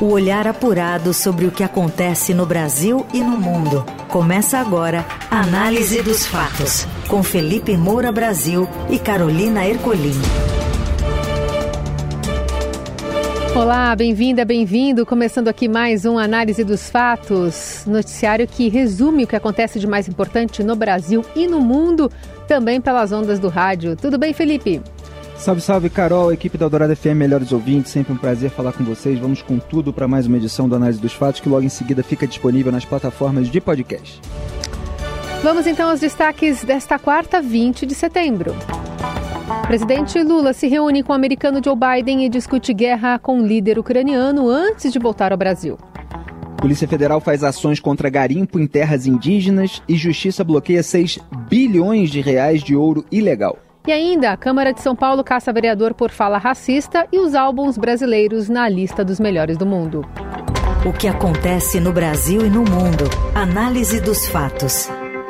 O olhar apurado sobre o que acontece no Brasil e no mundo. Começa agora a Análise dos Fatos, com Felipe Moura Brasil e Carolina Ercolim. Olá, bem-vinda, bem-vindo. Começando aqui mais um Análise dos Fatos, noticiário que resume o que acontece de mais importante no Brasil e no mundo, também pelas ondas do rádio. Tudo bem, Felipe? Salve, salve, Carol, equipe da Eldorado FM, melhores ouvintes, sempre um prazer falar com vocês. Vamos com tudo para mais uma edição do Análise dos Fatos, que logo em seguida fica disponível nas plataformas de podcast. Vamos então aos destaques desta quarta, 20 de setembro. O presidente Lula se reúne com o americano Joe Biden e discute guerra com o líder ucraniano antes de voltar ao Brasil. Polícia Federal faz ações contra garimpo em terras indígenas e Justiça bloqueia 6 bilhões de reais de ouro ilegal. E ainda, a Câmara de São Paulo caça vereador por fala racista e os álbuns brasileiros na lista dos melhores do mundo. O que acontece no Brasil e no mundo. Análise dos fatos.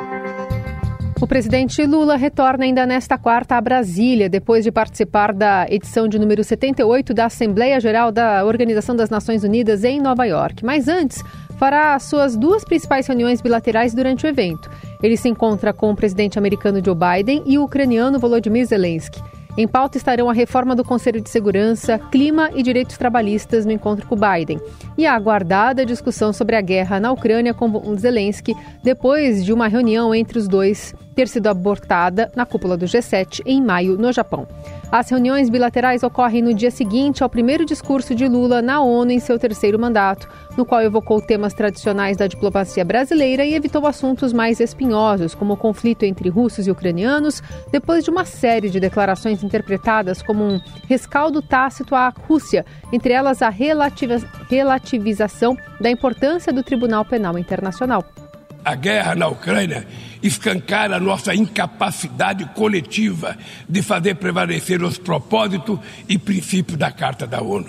O presidente Lula retorna ainda nesta quarta a Brasília, depois de participar da edição de número 78 da Assembleia Geral da Organização das Nações Unidas em Nova York. Mas antes, fará as suas duas principais reuniões bilaterais durante o evento. Ele se encontra com o presidente americano Joe Biden e o ucraniano Volodymyr Zelensky. Em pauta estarão a reforma do Conselho de Segurança, clima e direitos trabalhistas no encontro com Biden. E a aguardada discussão sobre a guerra na Ucrânia com Zelensky, depois de uma reunião entre os dois ter sido abortada na cúpula do G7 em maio no Japão. As reuniões bilaterais ocorrem no dia seguinte ao primeiro discurso de Lula na ONU em seu terceiro mandato, no qual evocou temas tradicionais da diplomacia brasileira e evitou assuntos mais espinhosos, como o conflito entre russos e ucranianos, depois de uma série de declarações interpretadas como um rescaldo tácito à Rússia, entre elas a relativização da importância do Tribunal Penal Internacional. A guerra na Ucrânia escancara a nossa incapacidade coletiva de fazer prevalecer os propósitos e princípios da Carta da ONU.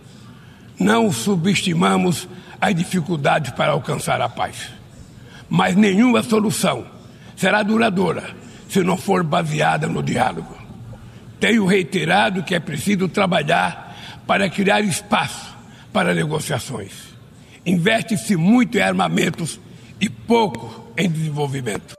Não subestimamos as dificuldades para alcançar a paz, mas nenhuma solução será duradoura se não for baseada no diálogo. Tenho reiterado que é preciso trabalhar para criar espaço para negociações. Investe-se muito em armamentos e pouco em desenvolvimento.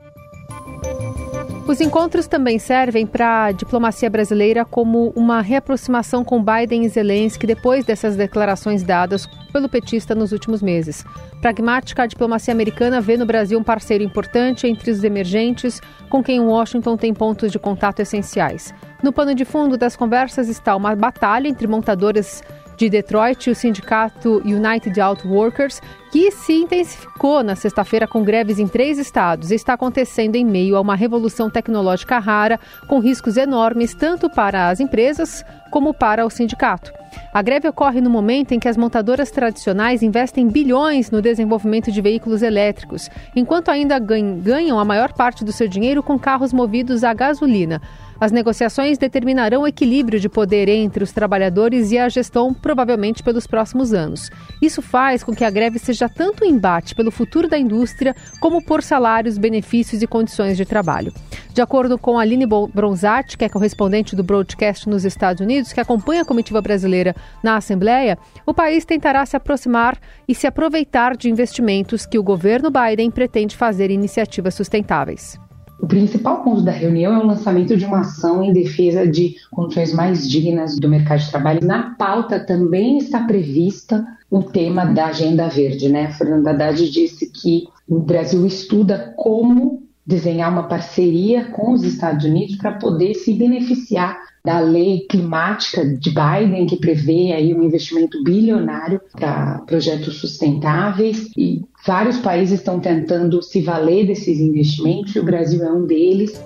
Os encontros também servem para a diplomacia brasileira como uma reaproximação com Biden e Zelensky depois dessas declarações dadas pelo petista nos últimos meses. Pragmática, a diplomacia americana vê no Brasil um parceiro importante entre os emergentes, com quem Washington tem pontos de contato essenciais. No pano de fundo das conversas está uma batalha entre montadoras de Detroit e o sindicato United Auto Workers, que se intensificou na sexta-feira com greves em 3 estados e está acontecendo em meio a uma revolução tecnológica rara, com riscos enormes tanto para as empresas como para o sindicato. A greve ocorre no momento em que as montadoras tradicionais investem bilhões no desenvolvimento de veículos elétricos, enquanto ainda ganham a maior parte do seu dinheiro com carros movidos a gasolina. As negociações determinarão o equilíbrio de poder entre os trabalhadores e a gestão, provavelmente pelos próximos anos. Isso faz com que a greve seja tanto um embate pelo futuro da indústria, como por salários, benefícios e condições de trabalho. De acordo com a Aline Bronzatti, que é correspondente do Broadcast nos Estados Unidos, que acompanha a comitiva brasileira na Assembleia, o país tentará se aproximar e se aproveitar de investimentos que o governo Biden pretende fazer em iniciativas sustentáveis. O principal ponto da reunião é o lançamento de uma ação em defesa de condições mais dignas do mercado de trabalho. Na pauta também está prevista o tema da Agenda Verde, né? Fernando Haddad disse que o Brasil estuda como desenhar uma parceria com os Estados Unidos para poder se beneficiar da lei climática de Biden, que prevê aí um investimento bilionário para projetos sustentáveis, e vários países estão tentando se valer desses investimentos e o Brasil é um deles.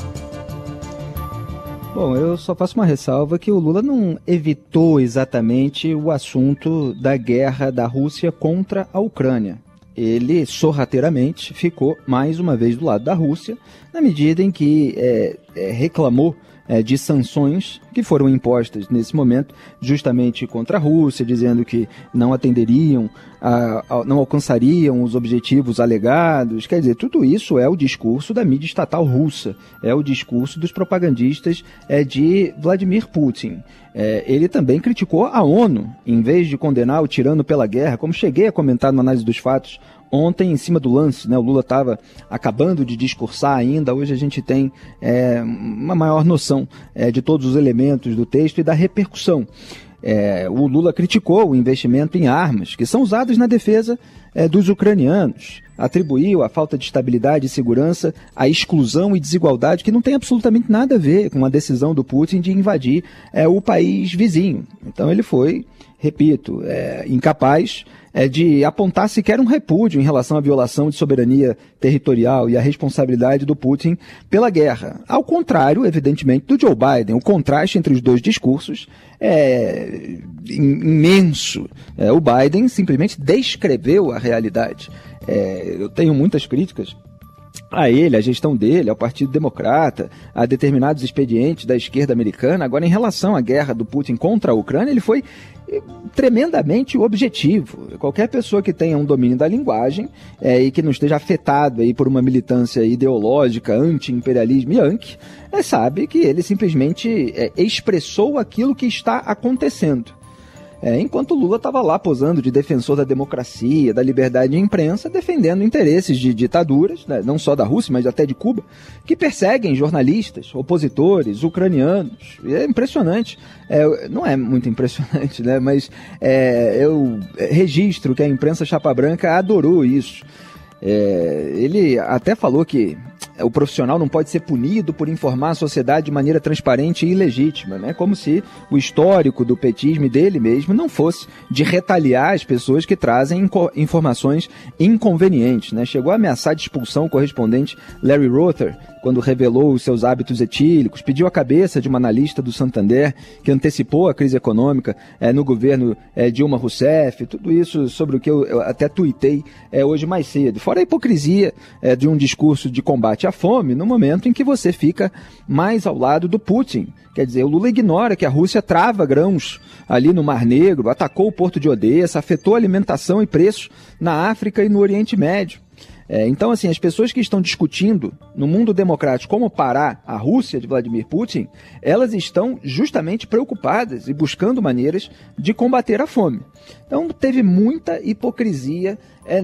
Bom, eu só faço uma ressalva que o Lula não evitou exatamente o assunto da guerra da Rússia contra a Ucrânia. Ele sorrateiramente ficou mais uma vez do lado da Rússia, na medida em que reclamou de sanções que foram impostas nesse momento justamente contra a Rússia, dizendo que não atenderiam, não alcançariam os objetivos alegados. Quer dizer, tudo isso é o discurso da mídia estatal russa, é o discurso dos propagandistas de Vladimir Putin. Ele também criticou a ONU, em vez de condenar o tirano pela guerra, como cheguei a comentar no Análise dos Fatos ontem, em cima do lance, né? O Lula estava acabando de discursar ainda, hoje a gente tem uma maior noção de todos os elementos do texto e da repercussão. O Lula criticou o investimento em armas, que são usadas na defesa dos ucranianos, atribuiu a falta de estabilidade e segurança à exclusão e desigualdade, que não tem absolutamente nada a ver com a decisão do Putin de invadir o país vizinho. Então ele foi, repito, incapaz de apontar sequer um repúdio em relação à violação de soberania territorial e à responsabilidade do Putin pela guerra. Ao contrário, evidentemente, do Joe Biden. O contraste entre os dois discursos é imenso. O Biden simplesmente descreveu a realidade. Eu tenho muitas críticas a ele, a gestão dele, ao Partido Democrata, a determinados expedientes da esquerda americana. Agora, em relação à guerra do Putin contra a Ucrânia, ele foi tremendamente objetivo. Qualquer pessoa que tenha um domínio da linguagem e que não esteja afetado aí por uma militância ideológica, anti-imperialismo e yankee, sabe que ele simplesmente expressou aquilo que está acontecendo. Enquanto o Lula estava lá posando de defensor da democracia, da liberdade de imprensa, defendendo interesses de ditaduras, né, não só da Rússia, mas até de Cuba, que perseguem jornalistas, opositores, ucranianos. E é impressionante. Não é muito impressionante, né, mas eu registro que a imprensa chapa branca adorou isso. Ele até falou que o profissional não pode ser punido por informar a sociedade de maneira transparente e ilegítima, né? Como se o histórico do petismo e dele mesmo não fosse de retaliar as pessoas que trazem informações inconvenientes, né? Chegou a ameaçar de expulsão o correspondente Larry Rother quando revelou os seus hábitos etílicos, pediu a cabeça de uma analista do Santander que antecipou a crise econômica no governo Dilma Rousseff, tudo isso sobre o que eu até tuitei hoje mais cedo. Fora a hipocrisia de um discurso de combate à fome no momento em que você fica mais ao lado do Putin. Quer dizer, o Lula ignora que a Rússia trava grãos ali no Mar Negro, atacou o porto de Odessa, afetou a alimentação e preços na África e no Oriente Médio. Então, assim, as pessoas que estão discutindo no mundo democrático como parar a Rússia de Vladimir Putin, elas estão justamente preocupadas e buscando maneiras de combater a fome. Então, teve muita hipocrisia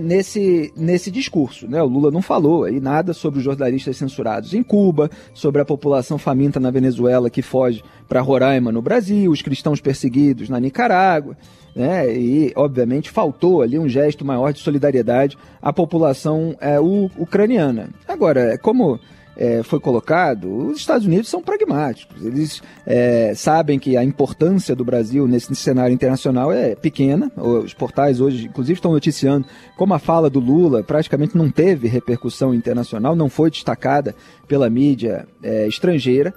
nesse discurso, né? O Lula não falou aí nada sobre os jornalistas censurados em Cuba, sobre a população faminta na Venezuela que foge para Roraima no Brasil, os cristãos perseguidos na Nicarágua, né? E, obviamente, faltou ali um gesto maior de solidariedade à população ucraniana. Agora, como foi colocado, os Estados Unidos são pragmáticos. Eles sabem que a importância do Brasil nesse cenário internacional é pequena. Os portais hoje, inclusive, estão noticiando como a fala do Lula praticamente não teve repercussão internacional, não foi destacada pela mídia estrangeira,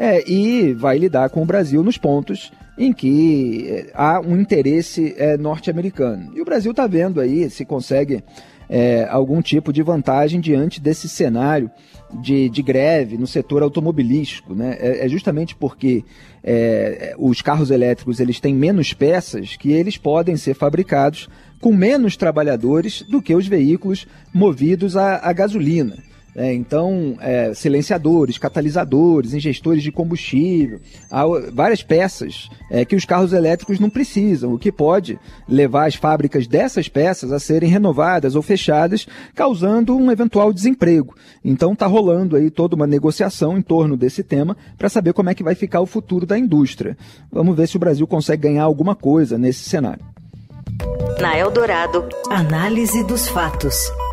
e vai lidar com o Brasil nos pontos em que há um interesse norte-americano. E o Brasil está vendo aí se consegue algum tipo de vantagem diante desse cenário de greve no setor automobilístico, né? Justamente porque os carros elétricos eles têm menos peças que eles podem ser fabricados com menos trabalhadores do que os veículos movidos a gasolina. Então, silenciadores, catalisadores, injetores de combustível, há várias peças que os carros elétricos não precisam, o que pode levar as fábricas dessas peças a serem renovadas ou fechadas, causando um eventual desemprego. Então, está rolando aí toda uma negociação em torno desse tema para saber como é que vai ficar o futuro da indústria. Vamos ver se o Brasil consegue ganhar alguma coisa nesse cenário. Na Eldorado, análise dos fatos.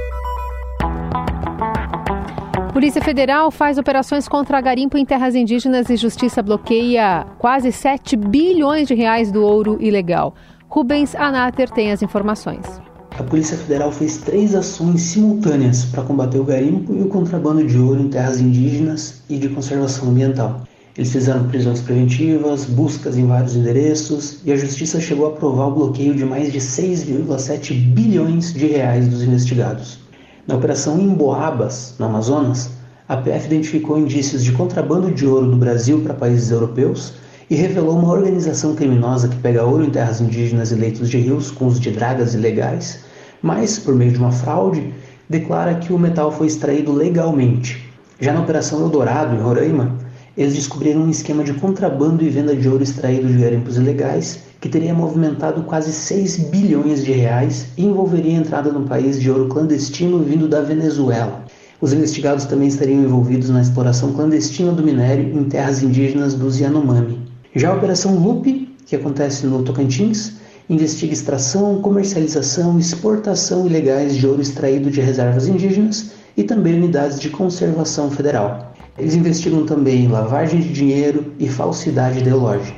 Polícia Federal faz operações contra garimpo em terras indígenas e Justiça bloqueia quase 7 bilhões de reais do ouro ilegal. Rubens Anater tem as informações. A Polícia Federal fez 3 ações simultâneas para combater o garimpo e o contrabando de ouro em terras indígenas e de conservação ambiental. Eles fizeram prisões preventivas, buscas em vários endereços e a Justiça chegou a aprovar o bloqueio de mais de 6,7 bilhões de reais dos investigados. Na Operação Emboabas, no Amazonas, A PF identificou indícios de contrabando de ouro do Brasil para países europeus e revelou uma organização criminosa que pega ouro em terras indígenas e leitos de rios com uso de dragas ilegais, mas, por meio de uma fraude, declara que o metal foi extraído legalmente. Já na Operação Eldorado, em Roraima, eles descobriram um esquema de contrabando e venda de ouro extraído de garimpos ilegais que teria movimentado quase 6 bilhões de reais e envolveria a entrada no país de ouro clandestino vindo da Venezuela. Os investigados também estariam envolvidos na exploração clandestina do minério em terras indígenas dos Yanomami. Já a Operação Lupe, que acontece no Tocantins, investiga extração, comercialização e exportação ilegais de ouro extraído de reservas indígenas e também unidades de conservação federal. Eles investigam também lavagem de dinheiro e falsidade ideológica.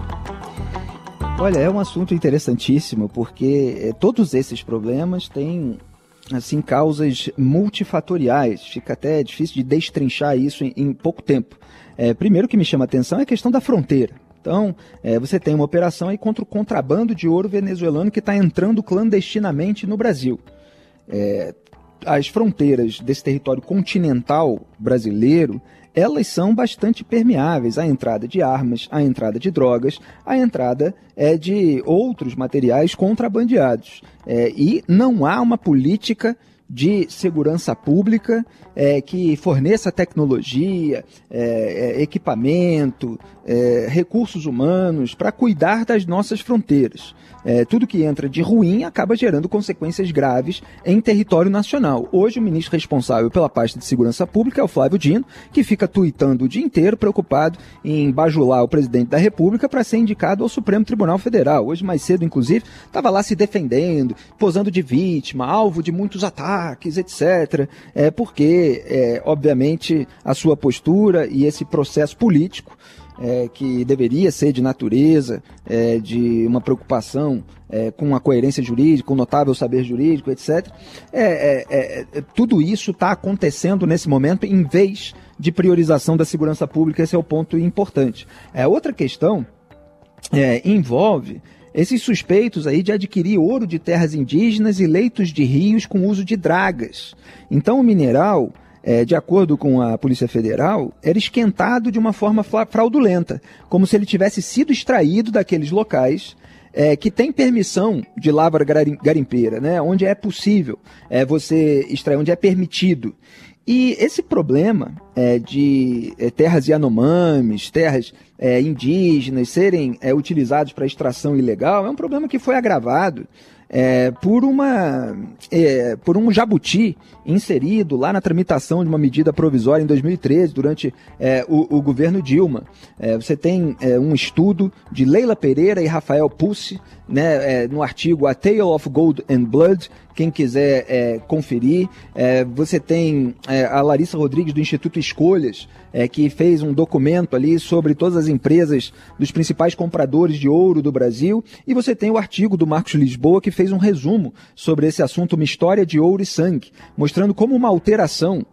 Olha, é um assunto interessantíssimo, porque todos esses problemas têm assim, causas multifatoriais. Fica até difícil de destrinchar isso em pouco tempo. Primeiro que me chama a atenção é a questão da fronteira. Então, você tem uma operação aí contra o contrabando de ouro venezuelano que está entrando clandestinamente no Brasil. As fronteiras desse território continental brasileiro, elas são bastante permeáveis à entrada de armas, à entrada de drogas, à entrada de outros materiais contrabandeados. E não há uma política de segurança pública que forneça tecnologia, equipamento, recursos humanos para cuidar das nossas fronteiras. Tudo que entra de ruim acaba gerando consequências graves em território nacional. Hoje o ministro responsável pela pasta de segurança pública é o Flávio Dino, que fica tuitando o dia inteiro preocupado em bajular o presidente da República para ser indicado ao Supremo Tribunal Federal. Hoje, mais cedo, inclusive, estava lá se defendendo, posando de vítima, alvo de muitos ataques, etc. Porque, obviamente, a sua postura e esse processo político que deveria ser de natureza, de uma preocupação com a coerência jurídica, um notável saber jurídico, etc. Tudo isso está acontecendo nesse momento em vez de priorização da segurança pública. Esse é o ponto importante. Outra questão envolve esses suspeitos aí de adquirir ouro de terras indígenas e leitos de rios com uso de dragas. Então o mineral, de acordo com a Polícia Federal, era esquentado de uma forma fraudulenta, como se ele tivesse sido extraído daqueles locais que tem permissão de lavra garimpeira, né? Onde é possível você extrair, onde é permitido. E esse problema de terras Yanomamis, terras indígenas serem utilizados para extração ilegal é um problema que foi agravado por um jabuti inserido lá na tramitação de uma medida provisória em 2013, durante o governo Dilma. Você tem um estudo de Leila Pereira e Rafael Pussi, né, no artigo A Tale of Gold and Blood, quem quiser conferir. Você tem a Larissa Rodrigues do Instituto Escolhas, que fez um documento ali sobre todas as empresas dos principais compradores de ouro do Brasil, e você tem o artigo do Marcos Lisboa, que fez um resumo sobre esse assunto, uma história de ouro e sangue, mostrando como uma alteração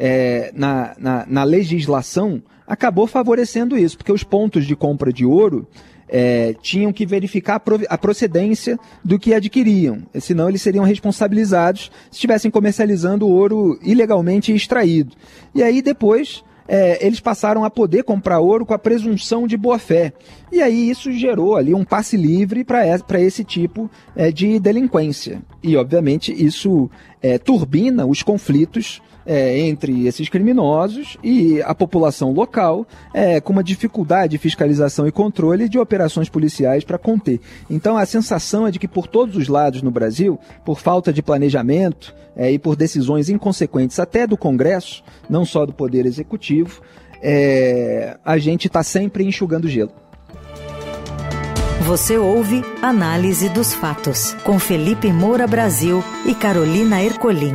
na legislação acabou favorecendo isso, porque os pontos de compra de ouro tinham que verificar a procedência do que adquiriam, senão eles seriam responsabilizados se estivessem comercializando ouro ilegalmente extraído. E aí depois eles passaram a poder comprar ouro com a presunção de boa-fé. E aí isso gerou ali um passe livre para esse tipo de delinquência. E, obviamente, isso turbina os conflitos entre esses criminosos e a população local, com uma dificuldade de fiscalização e controle de operações policiais para conter. Então a sensação é de que por todos os lados no Brasil, por falta de planejamento e por decisões inconsequentes até do Congresso, não só do Poder Executivo, a gente está sempre enxugando gelo. Você ouve Análise dos Fatos, com Felipe Moura Brasil e Carolina Ercolim.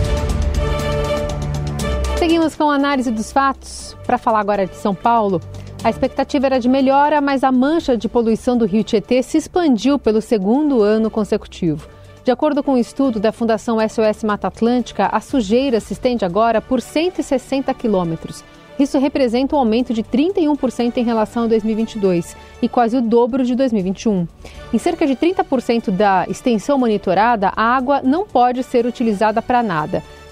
Seguimos com a análise dos fatos. Para falar agora de São Paulo, a expectativa era de melhora, mas a mancha de poluição do Rio Tietê se expandiu pelo segundo ano consecutivo. De acordo com um estudo da Fundação SOS Mata Atlântica, a sujeira se estende agora por 160 quilômetros. Isso representa um aumento de 31% em relação a 2022 e quase o dobro de 2021. Em cerca de 30% da extensão monitorada, a água não pode ser utilizada para nada.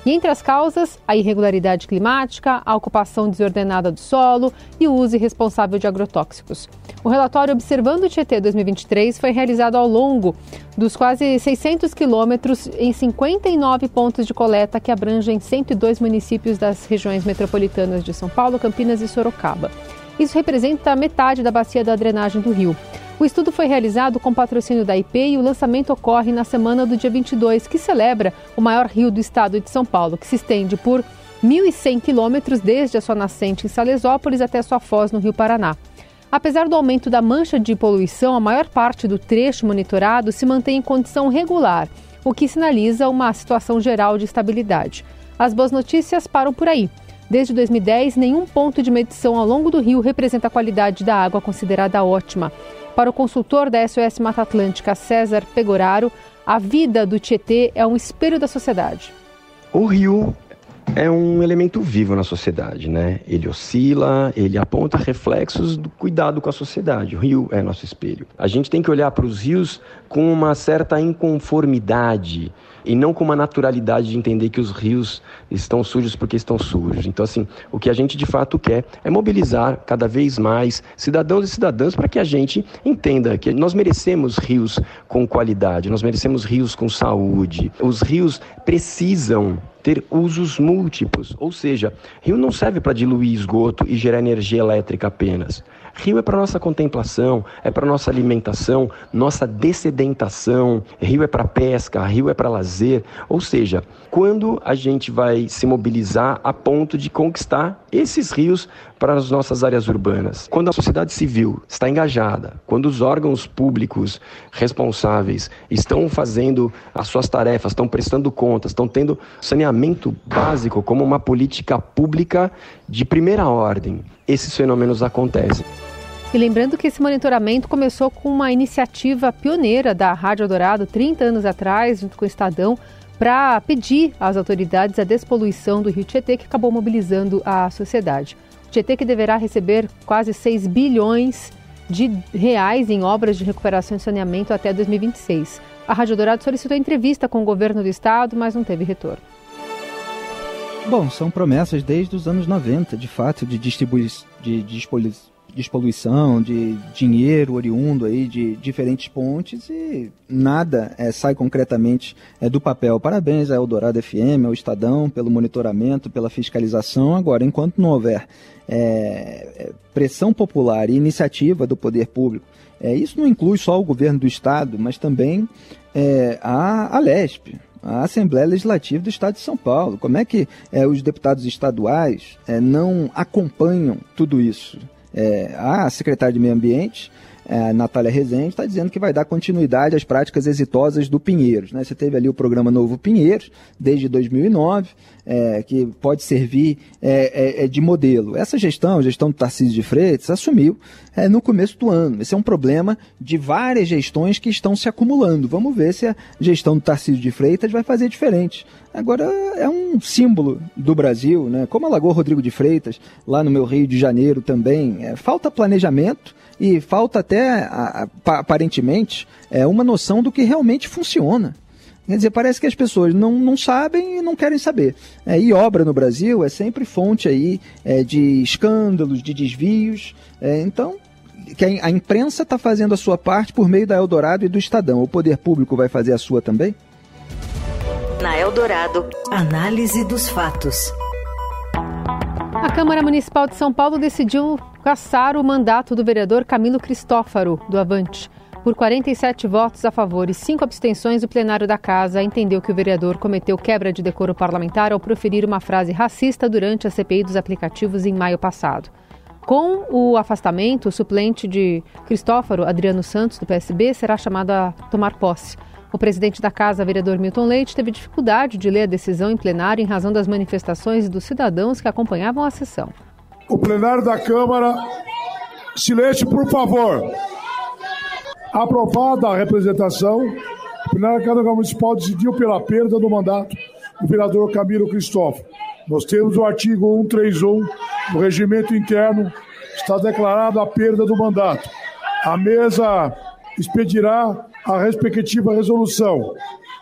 E entre as causas, a irregularidade climática, a ocupação desordenada do solo e o uso irresponsável de agrotóxicos. O relatório Observando o Tietê 2023 foi realizado ao longo dos quase 600 quilômetros em 59 pontos de coleta que abrangem 102 municípios das regiões metropolitanas de São Paulo, Campinas e Sorocaba. Isso representa metade da bacia da drenagem do rio. O estudo foi realizado com patrocínio da IP e o lançamento ocorre na semana do dia 22, que celebra o maior rio do estado de São Paulo, que se estende por 1.100 quilômetros desde a sua nascente em Salesópolis até sua foz no Rio Paraná. Apesar do aumento da mancha de poluição, a maior parte do trecho monitorado se mantém em condição regular, o que sinaliza uma situação geral de estabilidade. As boas notícias param por aí. Desde 2010, nenhum ponto de medição ao longo do rio representa a qualidade da água considerada ótima. Para o consultor da SOS Mata Atlântica, César Pegoraro, a vida do Tietê é um espelho da sociedade. O rio é um elemento vivo na sociedade, né? Ele oscila, ele aponta reflexos do cuidado com a sociedade. O rio é nosso espelho. A gente tem que olhar para os rios com uma certa inconformidade e não com uma naturalidade de entender que os rios estão sujos porque estão sujos. Então, assim, o que a gente de fato quer é mobilizar cada vez mais cidadãos e cidadãs para que a gente entenda que nós merecemos rios com qualidade, nós merecemos rios com saúde. Os rios precisam ter usos múltiplos, ou seja, rio não serve para diluir esgoto e gerar energia elétrica apenas. Rio é para nossa contemplação, é para nossa alimentação, nossa dessedentação. Rio é para pesca, rio é para lazer. Ou seja, quando a gente vai se mobilizar a ponto de conquistar esses rios para as nossas áreas urbanas? Quando a sociedade civil está engajada, quando os órgãos públicos responsáveis estão fazendo as suas tarefas, estão prestando contas, estão tendo saneamento básico como uma política pública de primeira ordem, esses fenômenos acontecem. E lembrando que esse monitoramento começou com uma iniciativa pioneira da Rádio Eldorado 30 anos atrás, junto com o Estadão, para pedir às autoridades a despoluição do rio Tietê, que acabou mobilizando a sociedade. O Tietê que deverá receber quase 6 bilhões de reais em obras de recuperação e saneamento até 2026. A Rádio Eldorado solicitou entrevista com o governo do estado, mas não teve retorno. Bom, são promessas desde os anos 90, de fato, de despoluição, de dinheiro oriundo aí de diferentes pontes e nada sai concretamente do papel. Parabéns à Eldorado FM, ao Estadão, pelo monitoramento, pela fiscalização. Agora, enquanto não houver pressão popular e iniciativa do poder público, isso não inclui só o governo do Estado, mas também a Alesp, a Assembleia Legislativa do Estado de São Paulo. Como é que os deputados estaduais não acompanham tudo isso? A secretária de Meio Ambiente, Natália Rezende, está dizendo que vai dar continuidade às práticas exitosas do Pinheiros, né? Você teve ali o programa Novo Pinheiros, desde 2009, que pode servir de modelo. Essa gestão, a gestão do Tarcísio de Freitas, assumiu no começo do ano. Esse é um problema de várias gestões que estão se acumulando. Vamos ver se a gestão do Tarcísio de Freitas vai fazer diferente. Agora, é um símbolo do Brasil, né? Como a Lagoa Rodrigo de Freitas, lá no meu Rio de Janeiro também. Falta planejamento e falta até, aparentemente, uma noção do que realmente funciona. Quer dizer, parece que as pessoas não sabem e não querem saber. E obra no Brasil é sempre fonte aí, de escândalos, de desvios. Então, que a imprensa está fazendo a sua parte por meio da Eldorado e do Estadão. O poder público vai fazer a sua também? Na Eldorado, análise dos fatos. A Câmara Municipal de São Paulo decidiu cassar o mandato do vereador Camilo Cristófaro, do Avante. Por 47 votos a favor e 5 abstenções, o plenário da Casa entendeu que o vereador cometeu quebra de decoro parlamentar ao proferir uma frase racista durante a CPI dos aplicativos em maio passado. Com o afastamento, o suplente de Cristófaro, Adriano Santos, do PSB, será chamado a tomar posse. O presidente da Casa, vereador Milton Leite, teve dificuldade de ler a decisão em plenário em razão das manifestações dos cidadãos que acompanhavam a sessão. O plenário da Câmara, silêncio, por favor. Aprovada a representação, o plenário da Câmara Municipal decidiu pela perda do mandato do vereador Camilo Cristófaro. Nós temos o artigo 131 do regimento interno, está declarada a perda do mandato. A mesa expedirá a respectiva resolução.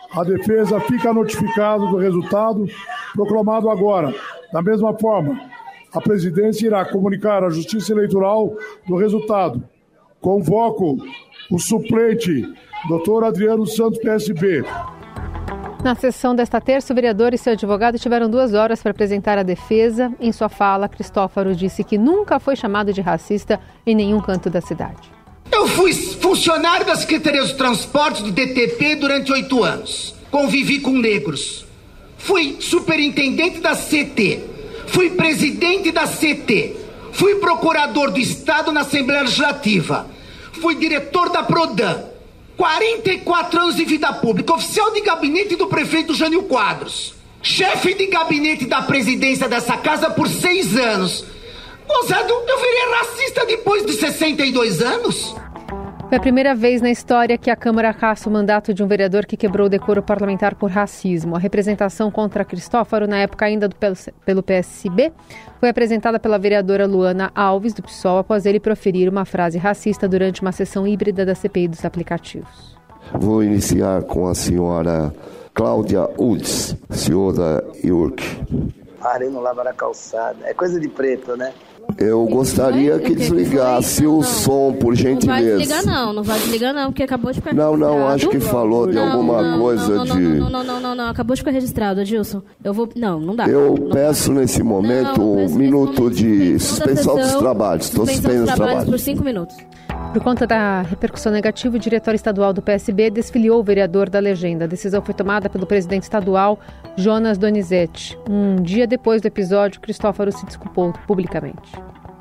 A defesa fica notificada do resultado proclamado agora. Da mesma forma, a presidência irá comunicar à Justiça Eleitoral do resultado. Convoco o suplente, Dr. Adriano Santos, PSB. Na sessão desta terça, o vereador e seu advogado tiveram 2 horas para apresentar a defesa. Em sua fala, Cristófaro disse que nunca foi chamado de racista em nenhum canto da cidade. Eu fui funcionário da Secretaria dos Transportes do DTP durante 8 anos. Convivi com negros. Fui superintendente da CT. Fui presidente da CT. Fui procurador do Estado na Assembleia Legislativa. Fui diretor da Prodan. 44 anos de vida pública, oficial de gabinete do prefeito Jânio Quadros, chefe de gabinete da presidência dessa casa por 6 anos. Gozado, eu virei racista depois de 62 anos? Foi a primeira vez na história que a Câmara caça o mandato de um vereador que quebrou o decoro parlamentar por racismo. A representação contra Cristófaro, na época ainda pelo PSB, foi apresentada pela vereadora Luana Alves, do PSOL, após ele proferir uma frase racista durante uma sessão híbrida da CPI dos aplicativos. Vou iniciar com a senhora Cláudia Ultz, senhora York. Parei no Lava da Calçada. É coisa de preto, né? Eu gostaria que desligasse o som, por gentileza. Não vai desligar não, porque acabou de ficar registrado. Não, acho que falou de alguma coisa de... Não, acabou de ficar registrado, Adilson. Não dá. Eu peço nesse momento um minuto de suspensão dos trabalhos. Estou suspendendo os trabalhos por 5 minutos. Por conta da repercussão negativa, o diretor estadual do PSB desfiliou o vereador da legenda. A decisão foi tomada pelo presidente estadual, Jonas Donizete. Um dia depois do episódio, Cristófaro se desculpou publicamente.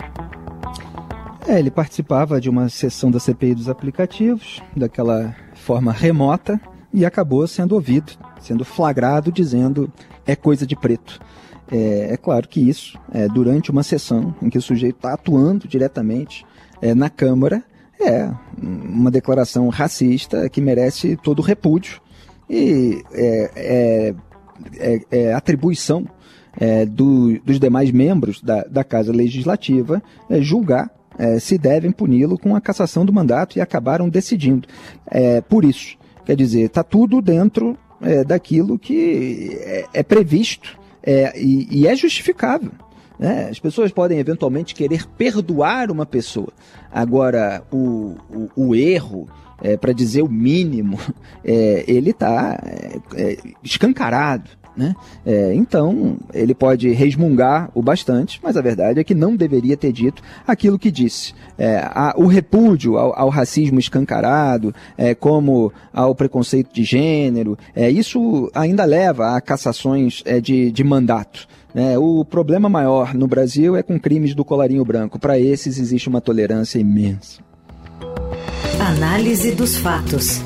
Ele participava de uma sessão da CPI dos aplicativos, daquela forma remota, e acabou sendo ouvido, sendo flagrado, dizendo é coisa de preto. É claro que isso, durante uma sessão em que o sujeito está atuando diretamente na Câmara, é uma declaração racista que merece todo o repúdio e atribuição dos demais membros da Casa Legislativa julgar se devem puni-lo com a cassação do mandato e acabaram decidindo. Por isso, quer dizer, está tudo dentro daquilo que é previsto e é justificável. As pessoas podem eventualmente querer perdoar uma pessoa. Agora, o erro, para dizer o mínimo, ele está escancarado. Né? Então, ele pode resmungar o bastante, mas a verdade é que não deveria ter dito aquilo que disse. O repúdio ao racismo escancarado, como ao preconceito de gênero, isso ainda leva a cassações de mandato. O problema maior no Brasil é com crimes do colarinho branco. Para esses existe uma tolerância imensa. Análise dos fatos.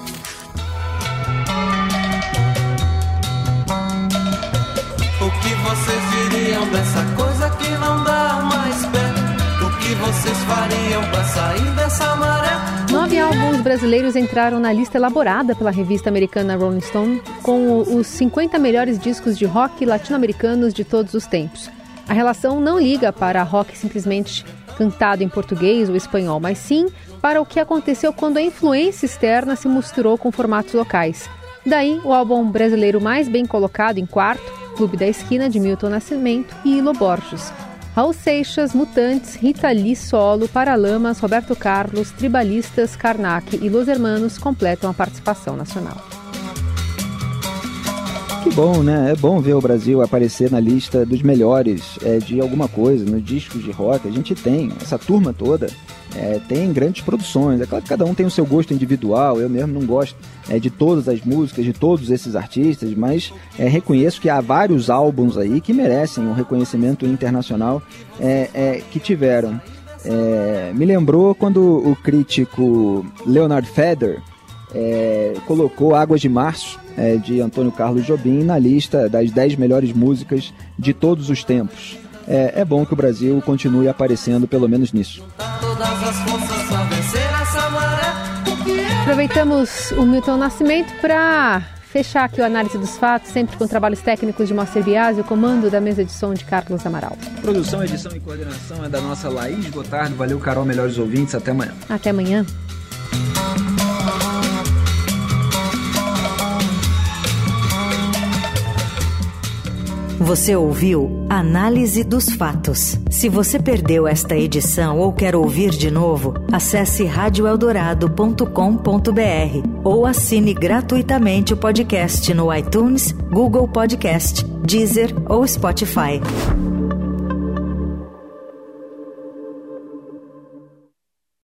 O que vocês diriam dessa coisa que não dá mais pé? O que vocês fariam para sair dessa maré? 9 álbuns brasileiros entraram na lista elaborada pela revista americana Rolling Stone com os 50 melhores discos de rock latino-americanos de todos os tempos. A relação não liga para rock simplesmente cantado em português ou espanhol, mas sim para o que aconteceu quando a influência externa se misturou com formatos locais. Daí, o álbum brasileiro mais bem colocado em quarto, Clube da Esquina, de Milton Nascimento e Ilo Borges. Raul Seixas, Mutantes, Rita Lee Solo, Paralamas, Roberto Carlos, Tribalistas, Karnak e Los Hermanos completam a participação nacional. Que bom, né? É bom ver o Brasil aparecer na lista dos melhores de alguma coisa, nos discos de rock. A gente tem, essa turma toda tem grandes produções. É claro que cada um tem o seu gosto individual. Eu mesmo não gosto de todas as músicas, de todos esses artistas, mas reconheço que há vários álbuns aí que merecem um reconhecimento internacional que tiveram. Me lembrou quando o crítico Leonard Feder colocou Águas de Março, de Antônio Carlos Jobim, na lista das 10 melhores músicas de todos os tempos. É bom que o Brasil continue aparecendo, pelo menos nisso. Aproveitamos o Milton Nascimento para fechar aqui o Análise dos Fatos, sempre com trabalhos técnicos de Moacir Biasi e o comando da mesa de som de Carlos Amaral. Produção, edição e coordenação é da nossa Laís Gotardo. Valeu, Carol, melhores ouvintes. Até amanhã. Até amanhã. Você ouviu Análise dos Fatos. Se você perdeu esta edição ou quer ouvir de novo, acesse radioeldorado.com.br ou assine gratuitamente o podcast no iTunes, Google Podcast, Deezer ou Spotify.